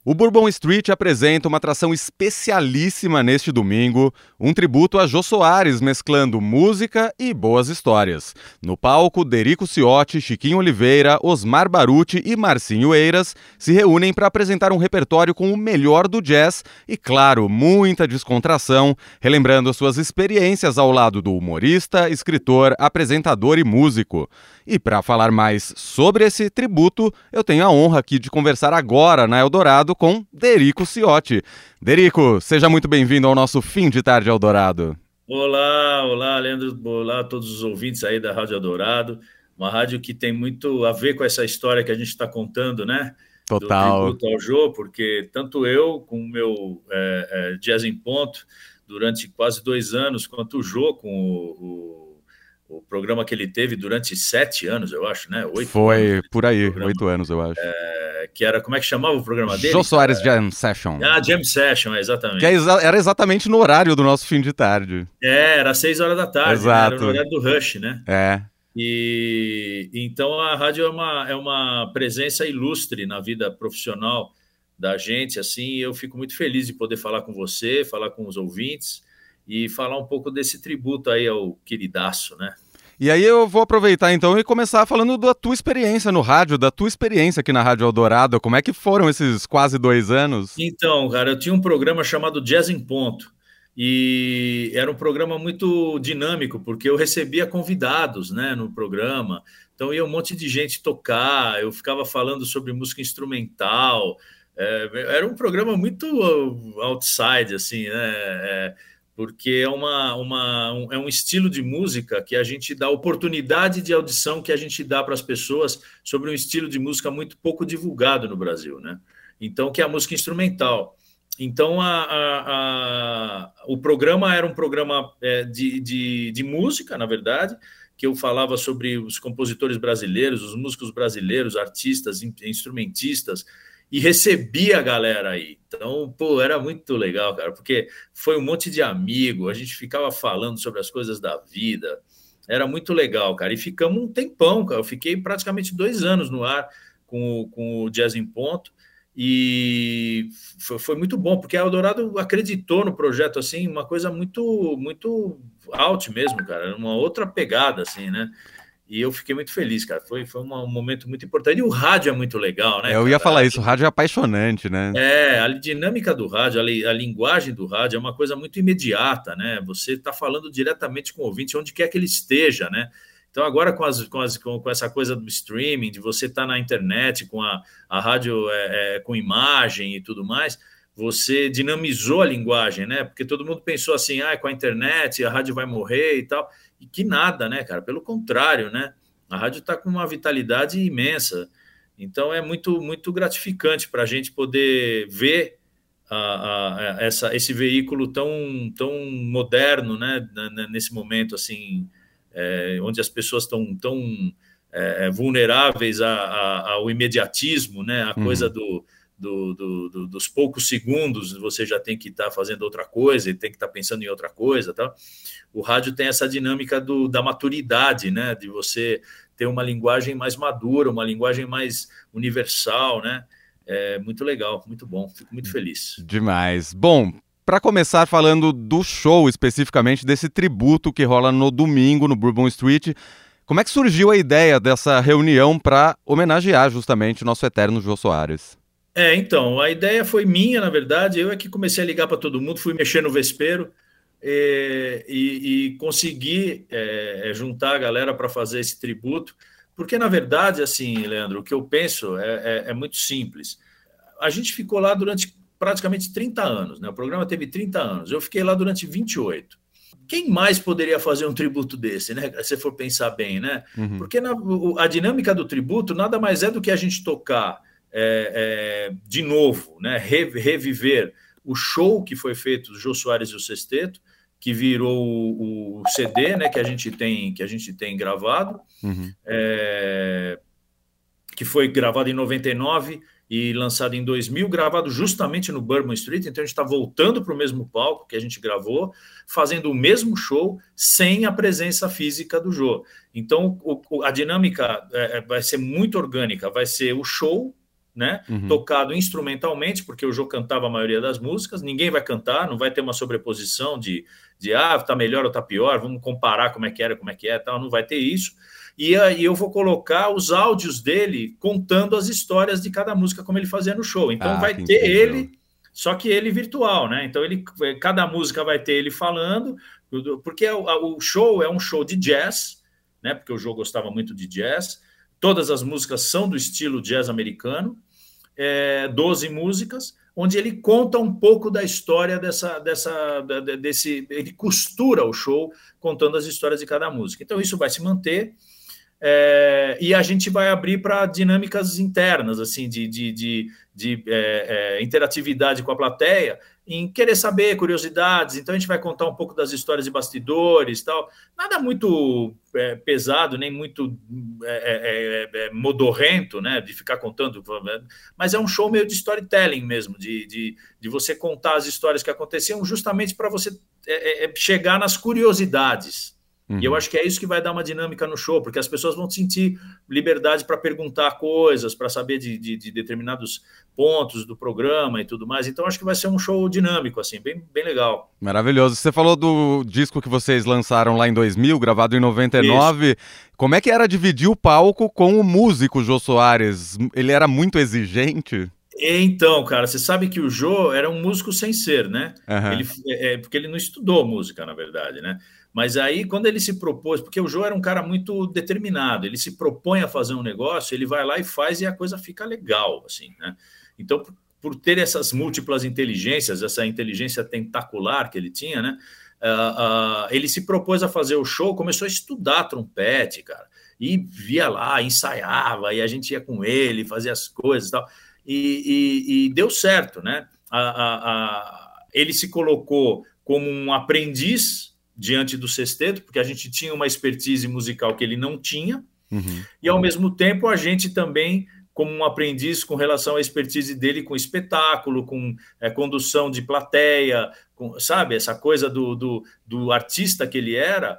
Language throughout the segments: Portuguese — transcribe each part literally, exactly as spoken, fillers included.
O Bourbon Street apresenta uma atração especialíssima neste domingo, um tributo a Jô Soares mesclando música e boas histórias. No palco, Derico Ciotti, Chiquinho Oliveira, Osmar Baruti e Marcinho Eiras se reúnem para apresentar um repertório com o melhor do jazz e, claro, muita descontração, relembrando suas experiências ao lado do humorista, escritor, apresentador e músico. E para falar mais sobre esse tributo, eu tenho a honra aqui de conversar agora na Eldorado com Derico Ciotti. Derico, seja muito bem-vindo ao nosso Fim de Tarde Eldorado. Olá, olá, Leandro, olá a todos os ouvintes aí da Rádio Eldorado, uma rádio que tem muito a ver com essa história que a gente está contando, né? Total. Do tributo ao Jô, porque tanto eu com o meu é, é, Jazz em Ponto, durante quase dois anos, quanto o Jô com o, o O programa que ele teve durante sete anos, eu acho, né? Oito Foi anos, por aí, oito anos, eu acho. É, que era, como é que chamava o programa dele? Jô Soares Jam Session. Ah, Jam Session, exatamente. Que é exa- era exatamente no horário do nosso fim de tarde. É, era seis horas da tarde, né? Exato. Era no horário do Rush, né? É. E então a rádio é uma, é uma presença ilustre na vida profissional da gente, assim, eu fico muito feliz de poder falar com você, falar com os ouvintes e falar um pouco desse tributo aí ao queridaço, né? E aí eu vou aproveitar então e começar falando da tua experiência no rádio, da tua experiência aqui na Rádio Eldorado. Como é que foram esses quase dois anos? Então, cara, eu tinha um programa chamado Jazz em Ponto e era um programa muito dinâmico, porque eu recebia convidados, né, no programa. Então ia um monte de gente tocar, eu ficava falando sobre música instrumental. É, era um programa muito outside, assim, né? É, porque é, uma, uma, um, é um estilo de música que a gente dá oportunidade de audição que a gente dá para as pessoas sobre um estilo de música muito pouco divulgado no Brasil, né? Então, que é a música instrumental. Então, a, a, a, o programa era um programa é, de, de, de música, na verdade, que eu falava sobre os compositores brasileiros, os músicos brasileiros, artistas, instrumentistas, e recebia a galera aí. Então, pô, era muito legal, cara, porque foi um monte de amigo, a gente ficava falando sobre as coisas da vida, era muito legal, cara, e ficamos um tempão, cara, eu fiquei praticamente dois anos no ar com o, com o Jazz em Ponto, e foi, foi muito bom, porque a Eldorado acreditou no projeto, assim, uma coisa muito, muito out mesmo, cara, uma outra pegada, assim, né? E eu fiquei muito feliz, cara. Foi, foi um momento muito importante. E o rádio é muito legal, né? É, eu ia falar isso, o rádio é apaixonante, né? É, a dinâmica do rádio, a, li, a linguagem do rádio é uma coisa muito imediata, né? Você está falando diretamente com o ouvinte, onde quer que ele esteja, né? Então, agora com, as, com, as, com, com essa coisa do streaming, de você estar tá na internet, com a, a rádio é, é, com imagem e tudo mais, você dinamizou a linguagem, né? Porque todo mundo pensou assim, ah, com a internet a rádio vai morrer e tal. E que nada, né, cara? Pelo contrário, né? A rádio está com uma vitalidade imensa. Então é muito, muito gratificante para a gente poder ver a, a, a, essa, esse veículo tão, tão moderno, né? Nesse momento assim, é, onde as pessoas estão tão é, vulneráveis a, a, ao imediatismo, né? A uhum. coisa do Do, do, do, dos poucos segundos, você já tem que estar tá fazendo outra coisa e tem que estar tá pensando em outra coisa. Tá? O rádio tem essa dinâmica do, da maturidade, né? De você ter uma linguagem mais madura, uma linguagem mais universal. Né? É muito legal, muito bom, fico muito feliz. Demais. Bom, para começar falando do show, especificamente desse tributo que rola no domingo no Bourbon Street, como é que surgiu a ideia dessa reunião para homenagear justamente o nosso eterno Jô Soares? É, então, a ideia foi minha, na verdade, eu é que comecei a ligar para todo mundo, fui mexer no vespeiro é, e, e consegui é, juntar a galera para fazer esse tributo, porque, na verdade, assim, Leandro, o que eu penso é, é, é muito simples. A gente ficou lá durante praticamente trinta anos, né? O programa teve trinta anos, eu fiquei lá durante vinte e oito. Quem mais poderia fazer um tributo desse, né? Se for pensar bem, né? Uhum. Porque na, a dinâmica do tributo nada mais é do que a gente tocar É, é, de novo, né, reviver o show que foi feito do Jô Soares e o Sexteto, que virou o, o C D, né, que a gente tem, que a gente tem gravado, uhum. é, que foi gravado em noventa e nove e lançado em dois mil, gravado justamente no Bourbon Street. Então a gente está voltando para o mesmo palco que a gente gravou, fazendo o mesmo show sem a presença física do Jô. Então o, a dinâmica é, vai ser muito orgânica, vai ser o show né? Uhum. Tocado instrumentalmente, porque o Jô cantava a maioria das músicas, ninguém vai cantar, não vai ter uma sobreposição de, de ah, tá melhor ou tá pior, vamos comparar como é que era, como é que é, tal, não vai ter isso. E aí eu vou colocar os áudios dele contando as histórias de cada música, como ele fazia no show. Então Ah, vai que ter incrível. ele, só que ele virtual, né? Então ele, cada música vai ter ele falando, porque o show é um show de jazz, né? Porque o Jô gostava muito de jazz. Todas as músicas são do estilo jazz americano, é, doze músicas, onde ele conta um pouco da história dessa, dessa, desse, ele costura o show contando as histórias de cada música. Então isso vai se manter. É, e a gente vai abrir para dinâmicas internas, assim, de, de, de, de é, é, interatividade com a plateia, em querer saber, curiosidades. Então a gente vai contar um pouco das histórias de bastidores, tal. Nada muito é, pesado, nem muito é, é, é, modorrento, né, de ficar contando, mas é um show meio de storytelling mesmo, de, de, de você contar as histórias que aconteciam, justamente para você é, é, chegar nas curiosidades. Uhum. E eu acho que é isso que vai dar uma dinâmica no show, porque as pessoas vão sentir liberdade para perguntar coisas, para saber de, de, de determinados pontos do programa e tudo mais. Então acho que vai ser um show dinâmico, assim, bem, bem legal. Maravilhoso. Você falou do disco que vocês lançaram lá em dois mil, gravado em noventa e nove. Isso. Como é que era dividir o palco com o músico Jô Soares? Ele era muito exigente? Então, cara, você sabe que o Jô era um músico sem ser, né? Uhum. Ele, é, porque ele não estudou música, na verdade, né? Mas aí, quando ele se propôs, porque o Jô era um cara muito determinado, ele se propõe a fazer um negócio, ele vai lá e faz e a coisa fica legal, assim, né? Então, por, por ter essas múltiplas inteligências, essa inteligência tentacular que ele tinha, né? Uh, uh, ele se propôs a fazer o show, começou a estudar trompete, cara, e via lá, ensaiava, e a gente ia com ele, fazia as coisas e tal. E, e, e deu certo, né? A, a, a, ele se colocou como um aprendiz diante do sexteto, porque a gente tinha uma expertise musical que ele não tinha, uhum. E ao mesmo tempo a gente também como um aprendiz com relação à expertise dele com espetáculo, com é, condução de plateia, com, sabe, essa coisa do, do, do artista que ele era,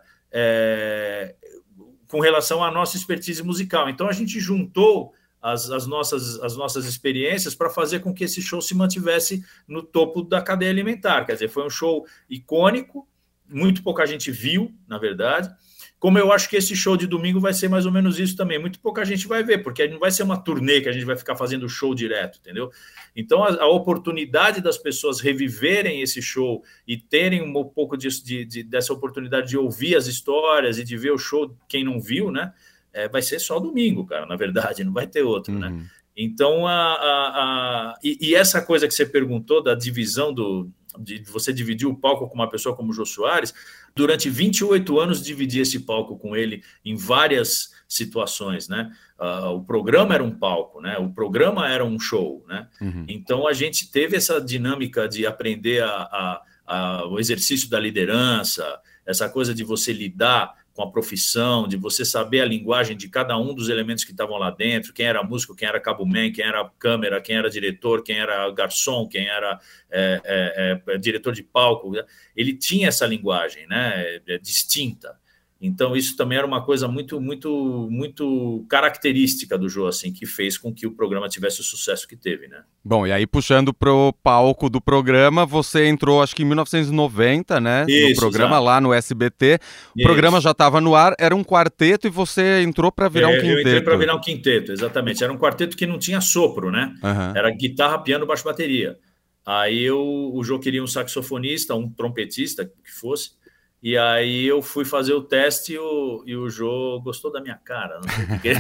é, com relação à nossa expertise musical. Então a gente juntou As, as, nossas, as nossas experiências para fazer com que esse show se mantivesse no topo da cadeia alimentar. Quer dizer, foi um show icônico, muito pouca gente viu, na verdade, como eu acho que esse show de domingo vai ser mais ou menos isso também. Muito pouca gente vai ver, porque não vai ser uma turnê que a gente vai ficar fazendo show direto, entendeu? Então, a, a oportunidade das pessoas reviverem esse show e terem um pouco de, de, de, dessa oportunidade de ouvir as histórias e de ver o show, quem não viu, né? É, vai ser só domingo, cara, na verdade, não vai ter outro, uhum. né? Então, a, a, a, e, e essa coisa que você perguntou da divisão, do, de você dividir o palco com uma pessoa como o Jô Soares, durante vinte e oito anos dividi esse palco com ele em várias situações, né? Uh, o programa era um palco, né? O programa era um show, né? Uhum. Então, a gente teve essa dinâmica de aprender a, a, a, o exercício da liderança, essa coisa de você lidar com a profissão, de você saber a linguagem de cada um dos elementos que estavam lá dentro, quem era músico, quem era cabo-man, quem era câmera, quem era diretor, quem era garçom, quem era é, é, é, diretor de palco. Ele tinha essa linguagem, né, distinta. Então, isso também era uma coisa muito, muito, muito característica do Jô, assim, que fez com que o programa tivesse o sucesso que teve, né? Bom, e aí puxando pro palco do programa, você entrou, acho que em mil novecentos e noventa, né? Isso, no programa exato. Lá no S B T. O Isso. programa já estava no ar, era um quarteto e você entrou para virar é, um quinteto. Eu entrei para virar um quinteto, exatamente. Era um quarteto que não tinha sopro, né? Uhum. Era guitarra, piano, baixo, bateria. Aí eu, o Jô queria um saxofonista, um trompetista, que fosse. E aí eu fui fazer o teste e o, e o Jô gostou da minha cara, não sei porquê.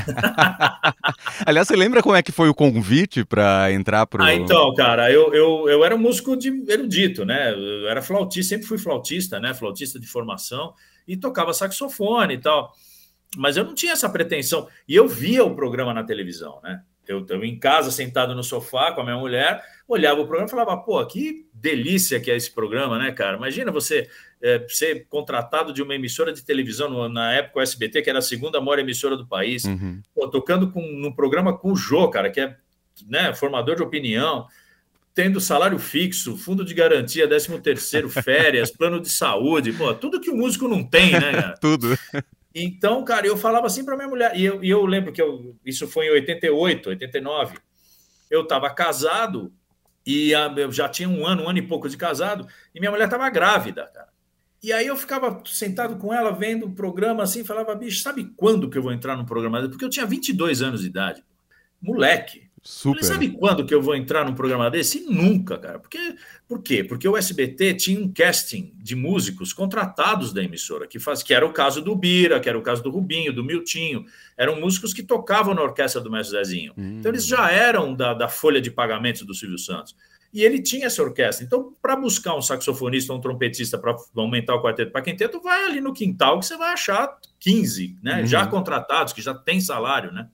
Aliás, você lembra como é que foi o convite para entrar pro... Ah, então, cara, eu, eu, eu era músico de erudito, né? Eu era flautista, sempre fui flautista, né? Flautista de formação e tocava saxofone e tal. Mas eu não tinha essa pretensão. E eu via o programa na televisão, né? Eu estava em casa, sentado no sofá com a minha mulher, olhava o programa e falava, pô, que delícia que é esse programa, né, cara? Imagina você é, ser contratado de uma emissora de televisão, no, na época o S B T, que era a segunda maior emissora do país, uhum. pô, tocando com, num programa com o Jô, cara, que é, né, formador de opinião, tendo salário fixo, fundo de garantia, décimo terceiro, férias, plano de saúde, pô, tudo que o músico não tem, né, cara? Tudo. Então, cara, eu falava assim para minha mulher, e eu, e eu lembro que eu, isso foi em oitenta e oito, oitenta e nove, eu estava casado e a, eu já tinha um ano, um ano e pouco de casado, e minha mulher estava grávida, cara. E aí eu ficava sentado com ela, vendo o programa assim, falava, bicho, sabe quando que eu vou entrar num programa? Porque eu tinha vinte e dois anos de idade. Moleque. Super. Falei, sabe quando que eu vou entrar num programa desse? E nunca, cara. Porque, por quê? Porque o S B T tinha um casting de músicos contratados da emissora, que, faz, que era o caso do Bira, que era o caso do Rubinho, do Miltinho. Eram músicos que tocavam na orquestra do Mestre Zezinho. Hum. Então eles já eram da, da folha de pagamentos do Silvio Santos. E ele tinha essa orquestra. Então, para buscar um saxofonista ou um trompetista para aumentar o quarteto para quinteto, vai ali no quintal que você vai achar quinze, né? Uhum. Já contratados, que já tem salário, né?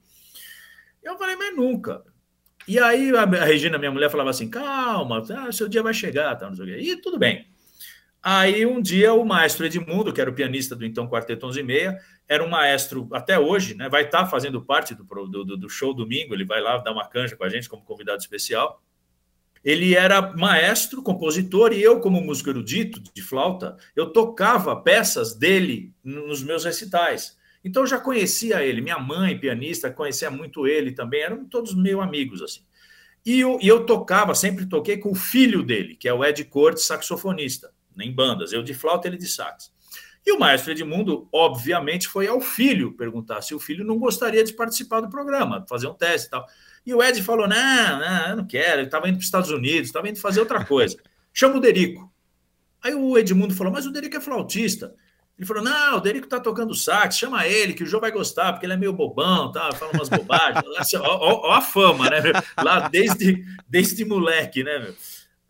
Eu falei, mas nunca. E aí a Regina, minha mulher, falava assim, calma, ah, seu dia vai chegar, tá, não sei o quê. E tudo bem. Aí um dia o maestro Edmundo, que era o pianista do então Quarteto onze e meia, era um maestro até hoje, né? Vai estar fazendo parte do, do, do show domingo, ele vai lá dar uma canja com a gente como convidado especial. Ele era maestro, compositor, e eu, como músico erudito de flauta, eu tocava peças dele nos meus recitais. Então, eu já conhecia ele. Minha mãe, pianista, conhecia muito ele também. Eram todos meio amigos, assim. E eu, e eu tocava, sempre toquei com o filho dele, que é o Ed Cortes, saxofonista, em bandas. Eu de flauta, ele de sax. E o maestro Edmundo, obviamente, foi ao filho perguntar se o filho não gostaria de participar do programa, fazer um teste e tal. E o Ed falou, não, não, eu não quero. Ele estava indo para os Estados Unidos, estava indo fazer outra coisa. Chama o Derico. Aí o Edmundo falou, mas o Derico é flautista. Ele falou, não, o Derico está tocando sax, chama ele, que o Jô vai gostar, porque ele é meio bobão, tá? Fala umas bobagens. ó, ó, ó a fama, né? Meu? Lá desde, desde moleque, né? Meu?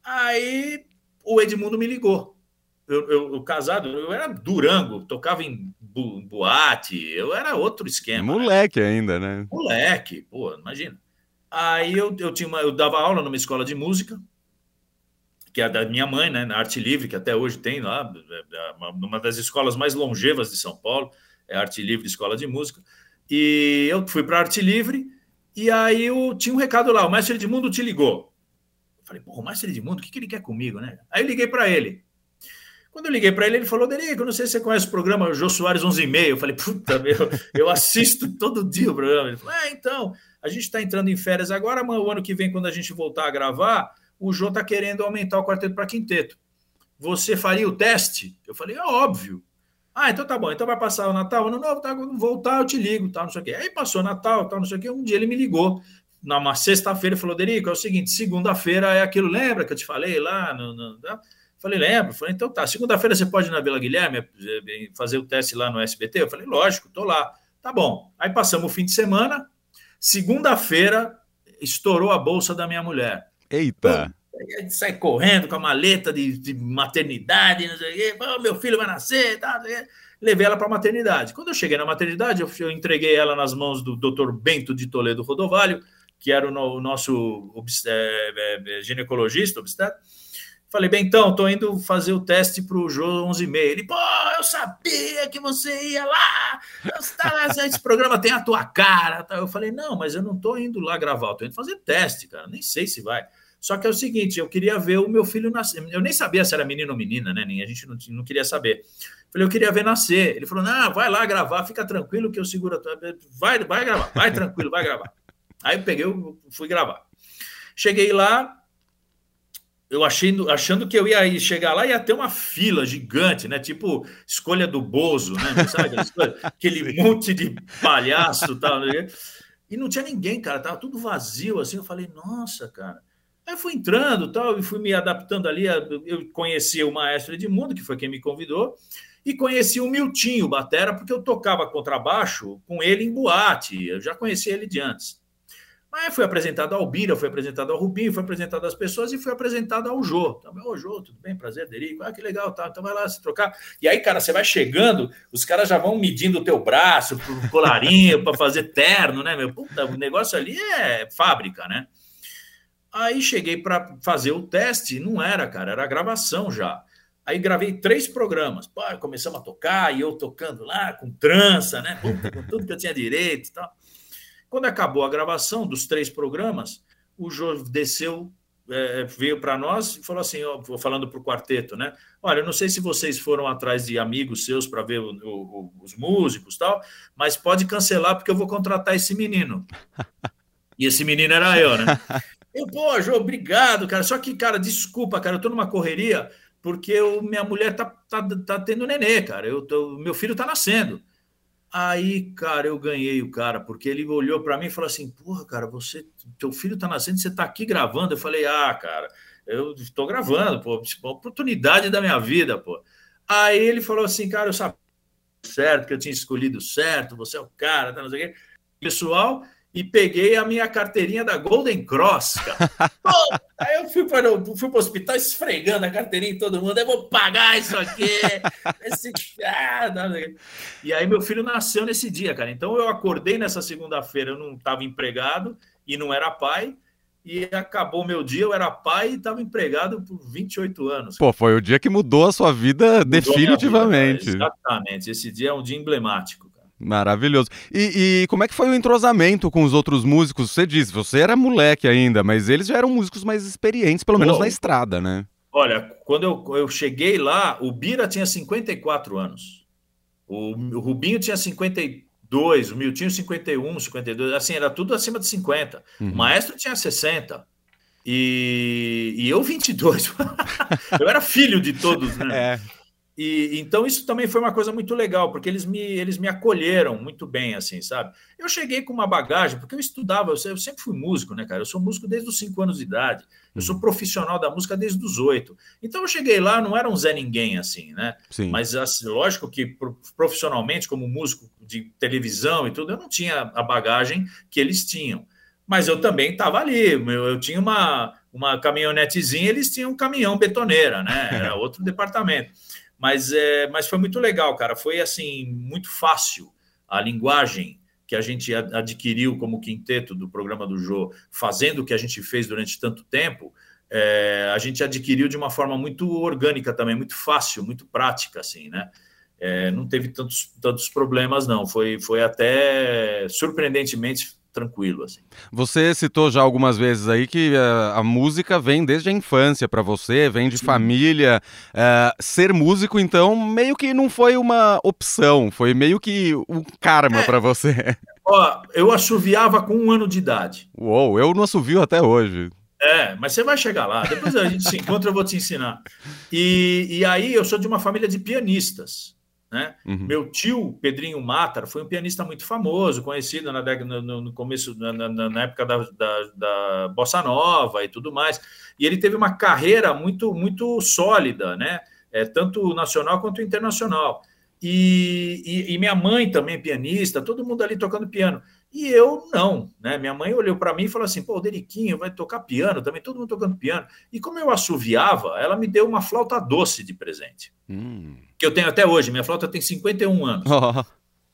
Aí o Edmundo me ligou. Eu, eu, eu casado, eu era Durango, tocava em bu, boate, eu era outro esquema. Moleque, né? Ainda, né? Moleque, pô, imagina. Aí eu, eu, tinha uma, eu dava aula numa escola de música, que é da minha mãe, né, na Arte Livre, que até hoje tem lá, uma das escolas mais longevas de São Paulo, é a Arte Livre, Escola de Música. E eu fui para a Arte Livre, e aí eu tinha um recado lá, o mestre Edmundo te ligou. Eu falei, pô, o mestre Edmundo, o que, que ele quer comigo, né? Aí eu liguei para ele. Quando eu liguei para ele, ele falou, Derico, não sei se você conhece o programa Jô Soares onze e meia. Eu falei, puta, meu, eu assisto todo dia o programa. Ele falou, é, então, a gente está entrando em férias agora, mas o ano que vem, quando a gente voltar a gravar, o Jô está querendo aumentar o quarteto para quinteto. Você faria o teste? Eu falei, é óbvio. Ah, então tá bom, então vai passar o Natal? Ano novo, tá, quando voltar eu te ligo, tal, não sei o quê. Aí passou Natal, tal, não sei o quê. Um dia ele me ligou, numa sexta-feira, ele falou, Derico, é o seguinte, segunda-feira é aquilo, lembra que eu te falei lá? No, no, no... Falei, lembro. Falei, então tá, segunda-feira você pode ir na Vila Guilherme fazer o teste lá no S B T? Eu falei, lógico, tô lá. Tá bom. Aí passamos o fim de semana, segunda-feira estourou a bolsa da minha mulher. Eita! Aí sai correndo com a maleta de, de maternidade, não sei o quê. Oh, meu filho vai nascer, tá, não sei o quê. Levei ela para a maternidade. Quando eu cheguei na maternidade, eu, eu entreguei ela nas mãos do doutor Bento de Toledo Rodovalho, que era o, no, o nosso é, é, ginecologista, obstetra. Falei, bem, então, tô indo fazer o teste pro Jô onze e meia. Ele, pô, eu sabia que você ia lá. Esse programa tem a tua cara. Eu falei, não, mas eu não tô indo lá gravar, eu tô indo fazer teste, cara. Nem sei se vai. Só que é o seguinte, eu queria ver o meu filho nascer. Eu nem sabia se era menino ou menina, né? A gente não, não queria saber. Falei, eu queria ver nascer. Ele falou, não, vai lá gravar, fica tranquilo que eu seguro a tua... Vai, vai gravar, vai tranquilo, vai gravar. Aí eu peguei, eu fui gravar. Cheguei lá, eu achei, achando que eu ia chegar lá e ia ter uma fila gigante, né? Tipo escolha do Bozo, né? Sabe? Aquele monte de palhaço e tal. Né? E não tinha ninguém, cara. Tava tudo vazio, assim. Eu falei, nossa, cara. Aí eu fui entrando tal, e fui me adaptando ali. Eu conheci o maestro Edmundo, que foi quem me convidou, e conheci o Miltinho, batera, porque eu tocava contrabaixo com ele em boate. Eu já conhecia ele de antes. Mas fui apresentado ao Bira, fui apresentado ao Rubinho, fui apresentado às pessoas e fui apresentado ao Jô. Ô, oh, Jô, tudo bem? Prazer, Derico. Ah, que legal, tá. Então vai lá se trocar. E aí, cara, você vai chegando, os caras já vão medindo o teu braço, pro colarinho, para fazer terno, né, meu? Puta, o negócio ali é fábrica, né? Aí cheguei para fazer o teste, não era, cara, era a gravação já. Aí gravei três programas. Pô, começamos a tocar, e eu tocando lá, com trança, né? Puta, com tudo que eu tinha direito e tal. Quando acabou a gravação dos três programas, o Jô desceu, é, veio para nós e falou assim, ó, falando para o quarteto, né? Olha, eu não sei se vocês foram atrás de amigos seus para ver o, o, os músicos e tal, mas pode cancelar porque eu vou contratar esse menino. E esse menino era eu, né? Eu, pô, Jô, obrigado, cara. Só que, cara, desculpa, cara, eu tô numa correria porque eu, minha mulher tá, tá, tá tendo nenê, cara. Eu tô, meu filho tá nascendo. Aí, cara, eu ganhei o cara, porque ele olhou para mim e falou assim: porra, cara, você, teu filho tá nascendo, você tá aqui gravando. Eu falei: ah, cara, eu estou gravando, pô, uma oportunidade da minha vida, pô. Aí ele falou assim: cara, eu sabia certo, que eu tinha escolhido certo, você é o cara, tá, não sei o quê. Pessoal, e peguei a minha carteirinha da Golden Cross, cara. Pô, aí eu fui para o fui hospital esfregando a carteirinha em todo mundo. Eu vou pagar isso aqui. Esse... Ah, e aí meu filho nasceu nesse dia, cara. Então eu acordei nessa segunda-feira, eu não estava empregado e não era pai. E acabou meu dia, eu era pai e estava empregado por vinte e oito anos. Pô, foi o dia que mudou a sua vida mudou definitivamente. Vida, exatamente. Esse dia é um dia emblemático. Maravilhoso. E, e como é que foi o entrosamento com os outros músicos? Você disse, você era moleque ainda, mas eles já eram músicos mais experientes, pelo menos Pô, na estrada, né? Olha, quando eu, eu cheguei lá, o Bira tinha cinquenta e quatro anos, o, o Rubinho tinha cinquenta e dois, o Miltinho cinquenta e um, cinquenta e dois, assim, era tudo acima de cinquenta. Uhum. O Maestro tinha sessenta. E, e eu vinte e dois. Eu era filho de todos, né? É. E, então isso também foi uma coisa muito legal, porque eles me, eles me acolheram muito bem, assim, sabe? Eu cheguei com uma bagagem, porque eu estudava, eu, eu sempre fui músico, né, cara? Eu sou músico desde os cinco anos de idade, eu sou profissional da música desde os oito. Então eu cheguei lá, não era um Zé Ninguém, assim, né? Sim. Mas assim, lógico que profissionalmente, como músico de televisão e tudo, eu não tinha a bagagem que eles tinham. Mas eu também estava ali, eu, eu tinha uma, uma caminhonetezinha, eles tinham um caminhão betoneira, né? Era outro departamento. Mas, é, mas foi muito legal, cara. Foi, assim, muito fácil a linguagem que a gente adquiriu como quinteto do programa do Jô, fazendo o que a gente fez durante tanto tempo, é, a gente adquiriu de uma forma muito orgânica também, muito fácil, muito prática, assim, né? É, não teve tantos, tantos problemas, não. Foi, foi até surpreendentemente tranquilo, assim. Você citou já algumas vezes aí que uh, a música vem desde a infância para você, vem de Sim. família. Uh, ser músico, então, meio que não foi uma opção, foi meio que um karma é. para você. Ó, eu assoviava com um ano de idade. Uou, eu não assovio até hoje. É, mas você vai chegar lá, depois a gente se encontra, eu vou te ensinar. E, e aí eu sou de uma família de pianistas. Né? Uhum. Meu tio, Pedrinho Matar, foi um pianista muito famoso, conhecido na década, no, no começo, na, na, na época da, da, da Bossa Nova e tudo mais. E ele teve uma carreira muito, muito sólida, né? É, tanto nacional quanto internacional. E, e, e minha mãe também pianista, todo mundo ali tocando piano. E eu não, né? Minha mãe olhou para mim e falou assim: pô, o Deriquinho vai tocar piano também, todo mundo tocando piano. E como eu assoviava, ela me deu uma flauta doce de presente. Hum. Que eu tenho até hoje, minha flauta tem cinquenta e um anos. Oh.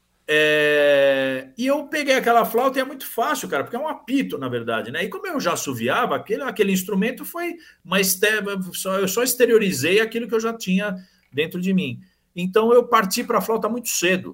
É... E eu peguei aquela flauta e é muito fácil, cara, porque é um apito, na verdade, né? E como eu já assoviava, aquele, aquele instrumento foi uma este... só, eu só exteriorizei aquilo que eu já tinha dentro de mim. Então eu parti para a flauta muito cedo.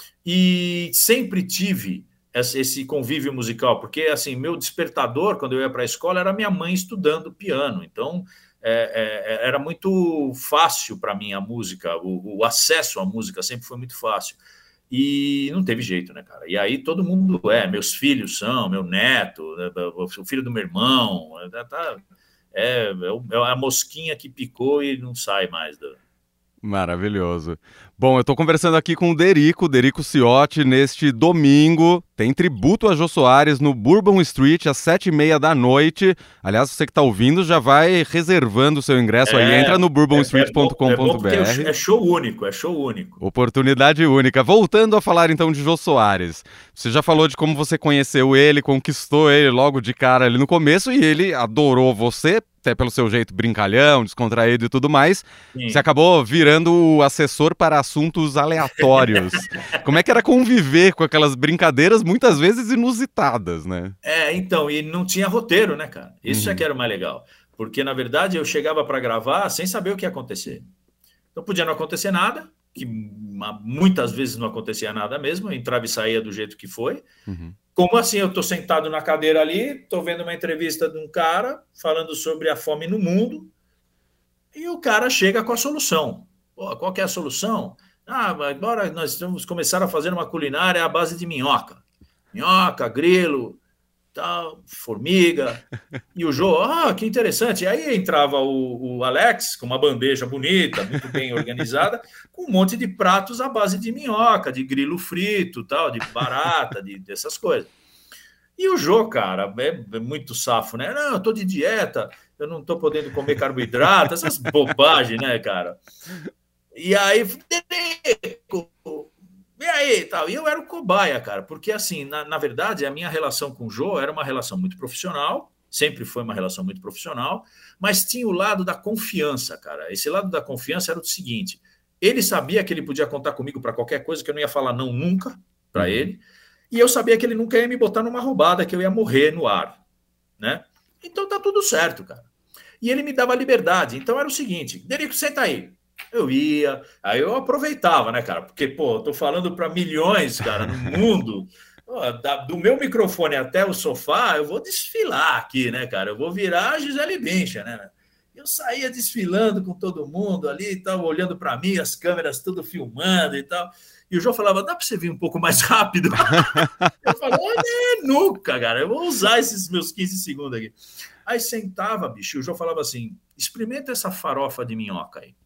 E sempre tive esse convívio musical, porque assim, meu despertador, quando eu ia para a escola, era minha mãe estudando piano. Então, é, é, era muito fácil para mim a música, o, o acesso à música sempre foi muito fácil. E não teve jeito, né, cara? E aí todo mundo é, meus filhos são, meu neto, o filho do meu irmão, tá, é, é a mosquinha que picou e não sai mais do... Maravilhoso. Bom, eu tô conversando aqui com o Derico, Derico Ciotti, neste domingo. Tem tributo a Jô Soares no Bourbon Street às sete e meia da noite. Aliás, você que tá ouvindo já vai reservando o seu ingresso é, aí. Entra no bourbon street ponto com ponto b r. É, é, é show único, é show único. Oportunidade única. Voltando a falar então de Jô Soares. Você já falou de como você conheceu ele, conquistou ele logo de cara ali no começo e ele adorou você, até pelo seu jeito brincalhão, descontraído e tudo mais. Sim. Você acabou virando o assessor para assuntos aleatórios. Como é que era conviver com aquelas brincadeiras muitas vezes inusitadas, né? É, então, e não tinha roteiro, né, cara? Isso uhum. é que era o mais legal. Porque, na verdade, eu chegava para gravar sem saber o que ia acontecer. Então, podia não acontecer nada, que muitas vezes não acontecia nada mesmo, eu entrava e saía do jeito que foi. Uhum. Como assim, eu estou sentado na cadeira ali, estou vendo uma entrevista de um cara falando sobre a fome no mundo, e o cara chega com a solução. Pô, qual que é a solução? Ah, agora nós vamos começar a fazer uma culinária à base de minhoca. Minhoca, grilo. tal, formiga. E o Jô, ah, que interessante. E aí entrava o, o Alex com uma bandeja bonita, muito bem organizada, com um monte de pratos à base de minhoca, de grilo frito, tal, de barata, de, dessas coisas. E o Jô, cara, é, é muito safo, né? Não, eu tô de dieta, eu não tô podendo comer carboidrato, essas bobagens, né, cara? E aí, e aí, tal. E eu era o cobaia, cara, porque assim, na, na verdade, a minha relação com o Jô era uma relação muito profissional, sempre foi uma relação muito profissional, mas tinha o lado da confiança, cara. Esse lado da confiança era o seguinte: ele sabia que ele podia contar comigo para qualquer coisa, que eu não ia falar não nunca para uhum. ele, e eu sabia que ele nunca ia me botar numa roubada, que eu ia morrer no ar, né? Então tá tudo certo, cara. E ele me dava liberdade. Então era o seguinte: Derico, senta aí. Eu ia, aí eu aproveitava, né, cara? Porque, pô, eu tô falando para milhões, cara, no mundo. Pô, da, do meu microfone até o sofá, eu vou desfilar aqui, né, cara? Eu vou virar a Gisele Bündchen, né? Eu saía desfilando com todo mundo ali e tal, olhando para mim, as câmeras tudo filmando e tal. E o João falava, dá para você vir um pouco mais rápido? Eu falava, é, nunca, cara, eu vou usar esses meus quinze segundos aqui. Aí sentava, bicho, e o João falava assim, experimenta essa farofa de minhoca aí.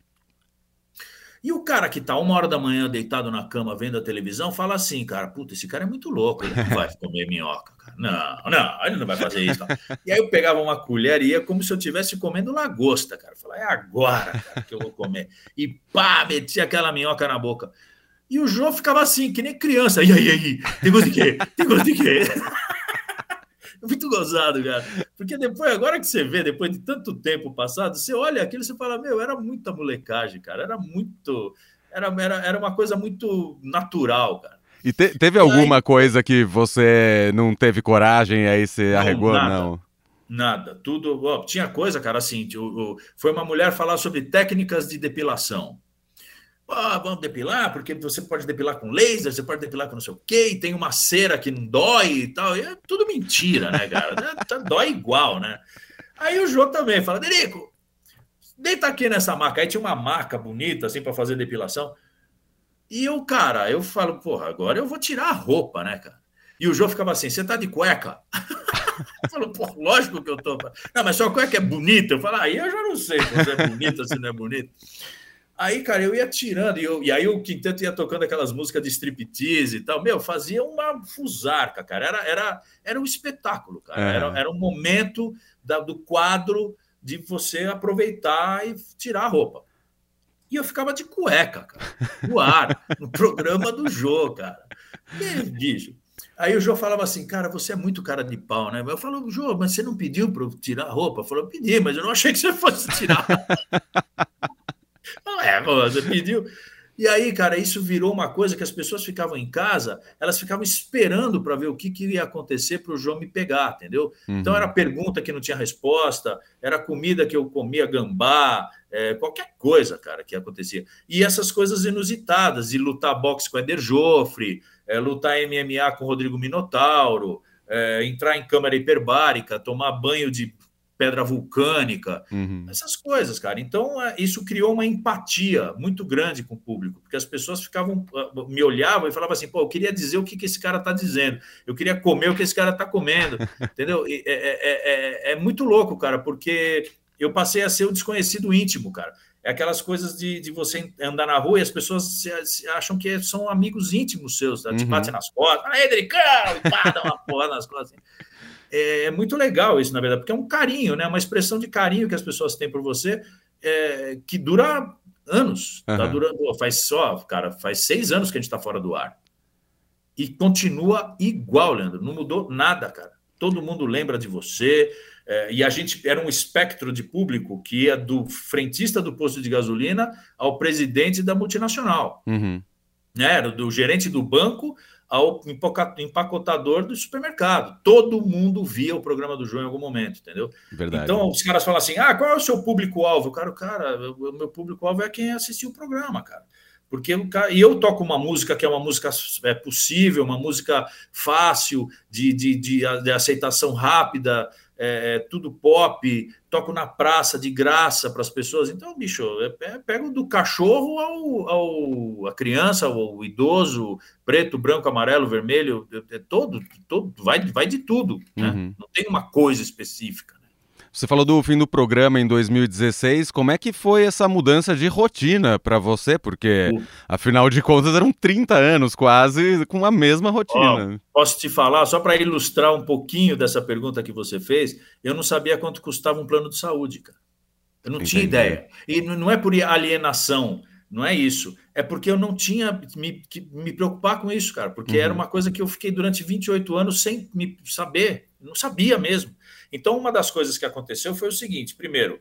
E o cara que tá uma hora da manhã deitado na cama vendo a televisão fala assim, cara, puta, esse cara é muito louco, ele não vai comer minhoca, cara. Não, não, ele não vai fazer isso. Não. E aí eu pegava uma colher e ia como se eu estivesse comendo lagosta, cara. Falei, é agora, cara, que eu vou comer. E pá, metia aquela minhoca na boca. E o João ficava assim, que nem criança. E aí, aí, tem gosto de quê? Tem gosto de quê? Muito gozado, cara. Porque depois, agora que você vê, depois de tanto tempo passado, você olha aquilo e você fala, meu, era muita molecagem, cara. Era muito... Era, era, era uma coisa muito natural, cara. E te, teve e alguma aí, coisa que você não teve coragem, aí você não, arregou? Nada, não. Nada. Tudo... Ó, tinha coisa, cara, assim, o, o, foi uma mulher falar sobre técnicas de depilação. Ah, vamos depilar, porque você pode depilar com laser, você pode depilar com não sei o quê, e tem uma cera que não dói e tal. E é tudo mentira, né, cara? Dói igual, né? Aí o Jô também fala, Derico, deita aqui nessa maca. Aí tinha uma maca bonita, assim, para fazer depilação. E eu, cara, eu falo, porra, agora eu vou tirar a roupa, né, cara? E o Jô ficava assim, você tá de cueca? Eu falo, pô, lógico que eu tô. Não, mas sua cueca é bonita. Eu falo, aí eu já não sei se é bonita, se não é bonita. Aí, cara, eu ia tirando, e, eu, e aí o quinteto ia tocando aquelas músicas de striptease e tal. Meu, fazia uma fusarca, cara. Era, era, era um espetáculo, cara. É. Era, era um momento da, do quadro de você aproveitar e tirar a roupa. E eu ficava de cueca, cara, no ar, no programa do Jô, cara. E, bicho. Aí o Jô falava assim, cara, você é muito cara de pau, né? Eu falo, Jô, mas você não pediu para eu tirar a roupa? Eu falei, eu pedi, mas eu não achei que você fosse tirar. Não é, você pediu. E aí, cara, isso virou uma coisa que as pessoas ficavam em casa, elas ficavam esperando para ver o que, que ia acontecer para o João me pegar, entendeu? Uhum. Então era pergunta que não tinha resposta, era comida que eu comia gambá, é, qualquer coisa, cara, que acontecia. E essas coisas inusitadas, de lutar boxe com Eder Joffre, é, lutar M M A com Rodrigo Minotauro, é, entrar em câmara hiperbárica, tomar banho de pedra vulcânica, uhum. essas coisas, cara. Então, isso criou uma empatia muito grande com o público, porque as pessoas ficavam, me olhavam e falavam assim, pô, eu queria dizer o que, que esse cara está dizendo, eu queria comer o que esse cara está comendo, entendeu? E é, é, é, é muito louco, cara, porque eu passei a ser o desconhecido íntimo, cara. É aquelas coisas de, de você andar na rua e as pessoas se, se acham que são amigos íntimos seus, tá? Te uhum. bate nas costas, aí, Dericão, e pá, dá uma porra nas costas, assim. É muito legal isso, na verdade, porque é um carinho, né? Uma expressão de carinho que as pessoas têm por você, é, que dura anos. Uhum. Tá durando, faz só, cara, faz seis anos que a gente está fora do ar. E continua igual, Leandro. Não mudou nada, cara. Todo mundo lembra de você. É, e a gente era um espectro de público que ia do frentista do posto de gasolina ao presidente da multinacional. Uhum. Né? Do gerente do banco ao empacotador do supermercado. Todo mundo via o programa do João em algum momento, entendeu? Verdade. Então, os caras falam assim, ah, qual é o seu público-alvo? Cara, cara, o meu público-alvo é quem assistiu o programa, cara. Porque o cara... E eu toco uma música que é uma música é, possível, uma música fácil, de, de, de, de aceitação rápida, é, é tudo pop, toco na praça de graça para as pessoas. Então, bicho, é, é, pego do cachorro ao, ao a criança, ao idoso, preto, branco, amarelo, vermelho, é, é todo, todo vai, vai de tudo, né? Uhum. Não tem uma coisa específica. Você falou do fim do programa em dois mil e dezesseis. Como é que foi essa mudança de rotina para você? Porque, uh. afinal de contas, eram trinta anos quase com a mesma rotina. Oh, posso te falar, só para ilustrar um pouquinho dessa pergunta que você fez, eu não sabia quanto custava um plano de saúde, cara. Eu não Entendi. tinha ideia. E não é por alienação, não é isso. É porque eu não tinha me, que me preocupar com isso, cara. Porque uhum. era uma coisa que eu fiquei durante vinte e oito anos sem me saber. Não sabia mesmo. Então, uma das coisas que aconteceu foi o seguinte: primeiro,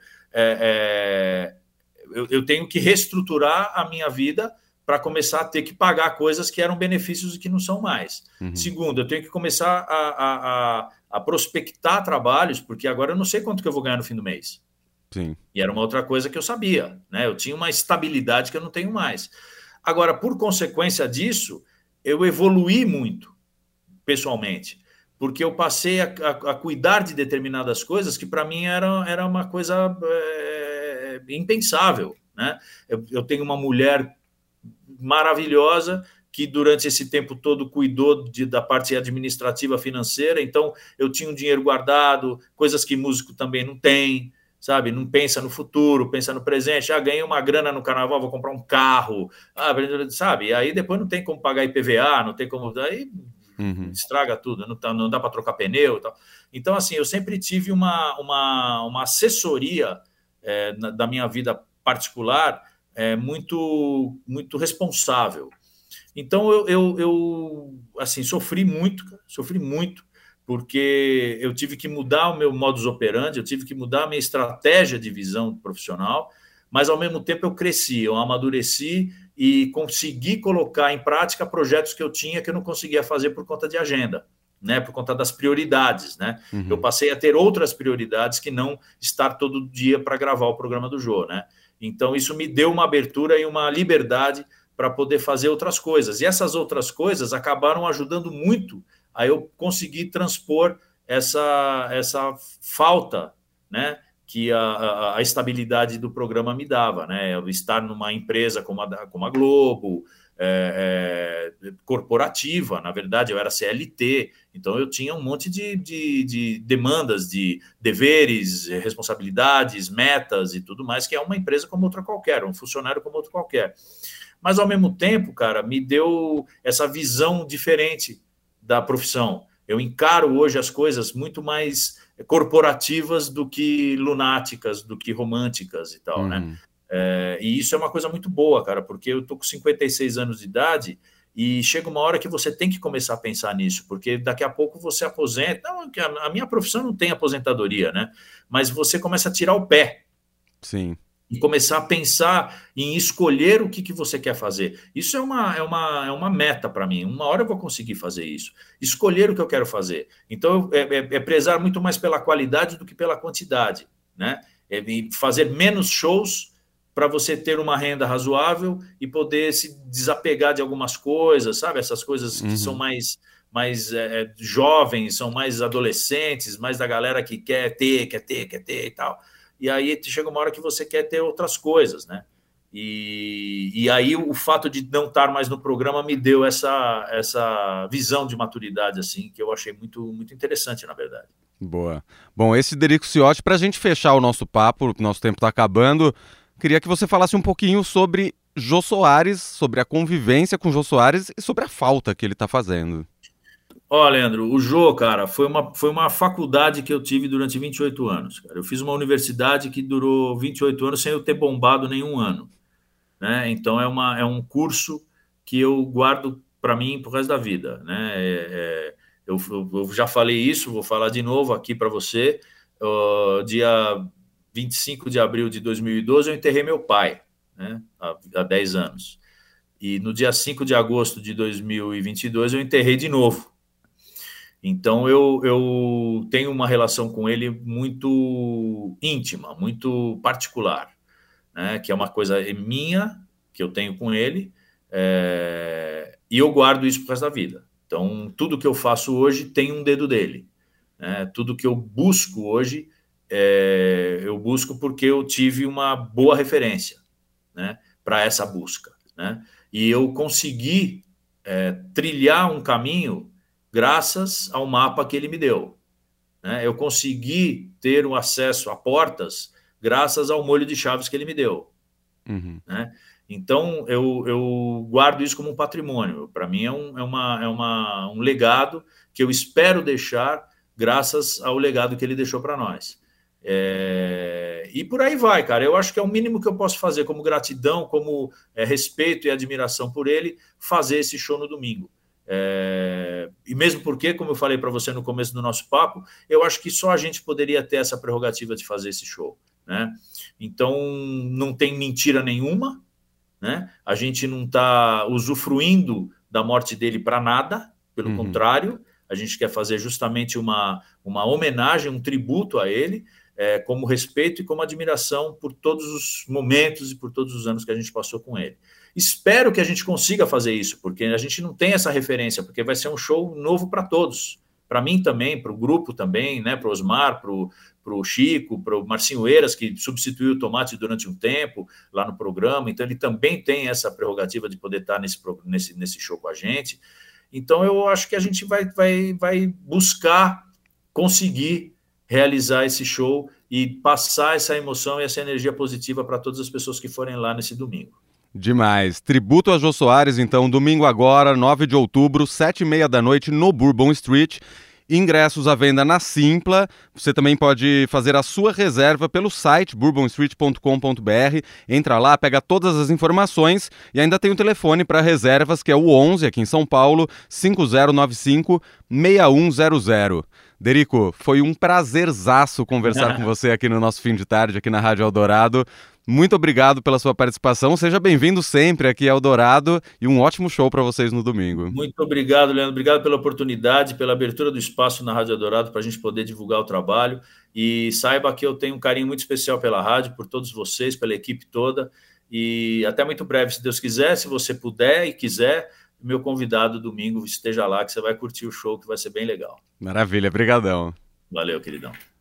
é, é, eu, eu tenho que reestruturar a minha vida para começar a ter que pagar coisas que eram benefícios e que não são mais. Uhum. Segundo, eu tenho que começar a, a, a, a prospectar trabalhos, porque agora eu não sei quanto que eu vou ganhar no fim do mês. Sim. E era uma outra coisa que eu sabia, né? Eu tinha uma estabilidade que eu não tenho mais. Agora, por consequência disso, eu evoluí muito, pessoalmente. Porque eu passei a, a, a cuidar de determinadas coisas que para mim era, era uma coisa é, impensável, né? Eu, eu tenho uma mulher maravilhosa que durante esse tempo todo cuidou de, da parte administrativa financeira, então eu tinha um dinheiro guardado, coisas que músico também não tem, sabe? Não pensa no futuro, pensa no presente. Ah, ganhei uma grana no carnaval, vou comprar um carro, ah, sabe? E aí depois não tem como pagar I P V A, não tem como... Aí, Uhum. estraga tudo, não, tá, não dá para trocar pneu e tal. Então, assim, eu sempre tive uma, uma, uma assessoria é, na, da minha vida particular é, muito, muito responsável. Então, eu, eu, eu assim, sofri muito, sofri muito, porque eu tive que mudar o meu modus operandi, eu tive que mudar a minha estratégia de visão profissional, mas, ao mesmo tempo, eu cresci, eu amadureci e consegui colocar em prática projetos que eu tinha que eu não conseguia fazer por conta de agenda, né? Por conta das prioridades, né? Uhum. Eu passei a ter outras prioridades que não estar todo dia para gravar o programa do Jô, né? Então, isso me deu uma abertura e uma liberdade para poder fazer outras coisas. E essas outras coisas acabaram ajudando muito a eu conseguir transpor essa, essa falta, né? que a, a, a estabilidade do programa me dava, né? Eu estar numa empresa como a, como a Globo, é, é, corporativa, na verdade, eu era C L T, então eu tinha um monte de, de, de demandas, de deveres, responsabilidades, metas e tudo mais, que é uma empresa como outra qualquer, um funcionário como outro qualquer. Mas, ao mesmo tempo, cara, me deu essa visão diferente da profissão. Eu encaro hoje as coisas muito mais corporativas do que lunáticas, do que românticas e tal, uhum. né? É, e isso é uma coisa muito boa, cara, porque eu tô com cinquenta e seis anos de idade e chega uma hora que você tem que começar a pensar nisso, porque daqui a pouco você aposenta. Não, a minha profissão não tem aposentadoria, né? Mas você começa a tirar o pé. Sim. E começar a pensar em escolher o que, que você quer fazer. Isso é uma, é uma, é uma meta para mim. Uma hora eu vou conseguir fazer isso. Escolher o que eu quero fazer. Então, é, é, é prezar muito mais pela qualidade do que pela quantidade, né? É fazer menos shows para você ter uma renda razoável e poder se desapegar de algumas coisas, sabe? Essas coisas que uhum. são mais, mais é, jovens, são mais adolescentes, mais da galera que quer ter, quer ter, quer ter e tal. E aí chega uma hora que você quer ter outras coisas, né? E, e aí o fato de não estar mais no programa me deu essa, essa visão de maturidade, assim, que eu achei muito, muito interessante, na verdade. Boa. Bom, esse Derico Ciotti, para a gente fechar o nosso papo, o nosso tempo está acabando, queria que você falasse um pouquinho sobre Jô Soares, sobre a convivência com Jô Soares e sobre a falta que ele está fazendo. Ó, Leandro, o Jô, cara, foi uma, foi uma faculdade que eu tive durante vinte e oito anos. Cara. Eu fiz uma universidade que durou vinte e oito anos sem eu ter bombado nenhum ano. Né? Então, é, uma, é um curso que eu guardo para mim pro resto da vida. Né? É, é, eu, eu já falei isso, vou falar de novo aqui para você. Uh, dia vinte e cinco de abril de dois mil e doze, eu enterrei meu pai, né? há, há dez anos. E no dia cinco de agosto de dois mil e vinte e dois, eu enterrei de novo. Então, eu, eu tenho uma relação com ele muito íntima, muito particular, né? Que é uma coisa minha, que eu tenho com ele, é... e eu guardo isso pro resto da vida. Então, tudo que eu faço hoje tem um dedo dele. né? Tudo que eu busco hoje, é, eu busco porque eu tive uma boa referência, né, para essa busca, né? E eu consegui é, trilhar um caminho graças ao mapa que ele me deu, né? Eu consegui ter o acesso a portas graças ao molho de chaves que ele me deu. Uhum. Né? Então, eu, eu guardo isso como um patrimônio. Para mim, é, um, é, uma, é uma, um legado que eu espero deixar graças ao legado que ele deixou para nós. É, e por aí vai, cara. Eu acho que é o mínimo que eu posso fazer, como gratidão, como é, respeito e admiração por ele, fazer esse show no domingo. É, e mesmo porque, como eu falei para você no começo do nosso papo, eu acho que só a gente poderia ter essa prerrogativa de fazer esse show, né? Então, não tem mentira nenhuma, né? A gente não está usufruindo da morte dele para nada, pelo uhum. contrário, a gente quer fazer justamente uma, uma homenagem, um tributo a ele, é, como respeito e como admiração por todos os momentos e por todos os anos que a gente passou com ele. Espero que a gente consiga fazer isso, porque a gente não tem essa referência, porque vai ser um show novo para todos. Para mim também, para o grupo também, né? Para o Osmar, para o Chico, para o Marcinho Eiras, que substituiu o Tomate durante um tempo lá no programa. Então, ele também tem essa prerrogativa de poder estar nesse, nesse, nesse show com a gente. Então, eu acho que a gente vai, vai, vai buscar conseguir realizar esse show e passar essa emoção e essa energia positiva para todas as pessoas que forem lá nesse domingo. Demais. Tributo a Jô Soares, então, domingo agora, nove de outubro, sete e meia da noite, no Bourbon Street. Ingressos à venda na Simpla. Você também pode fazer a sua reserva pelo site bourbon street ponto com ponto b r. Entra lá, pega todas as informações e ainda tem o telefone para reservas, que é o onze, aqui em São Paulo, cinco zero nove cinco, seis um zero zero. Derico, foi um prazerzaço conversar com você aqui no nosso fim de tarde, aqui na Rádio Eldorado. Muito obrigado pela sua participação. Seja bem-vindo sempre aqui ao Eldorado e um ótimo show para vocês no domingo. Muito obrigado, Leandro. Obrigado pela oportunidade, pela abertura do espaço na Rádio Eldorado para a gente poder divulgar o trabalho. E saiba que eu tenho um carinho muito especial pela rádio, por todos vocês, pela equipe toda. E até muito breve, se Deus quiser, se você puder e quiser, meu convidado domingo esteja lá, que você vai curtir o show, que vai ser bem legal. Maravilha, brigadão. Valeu, queridão.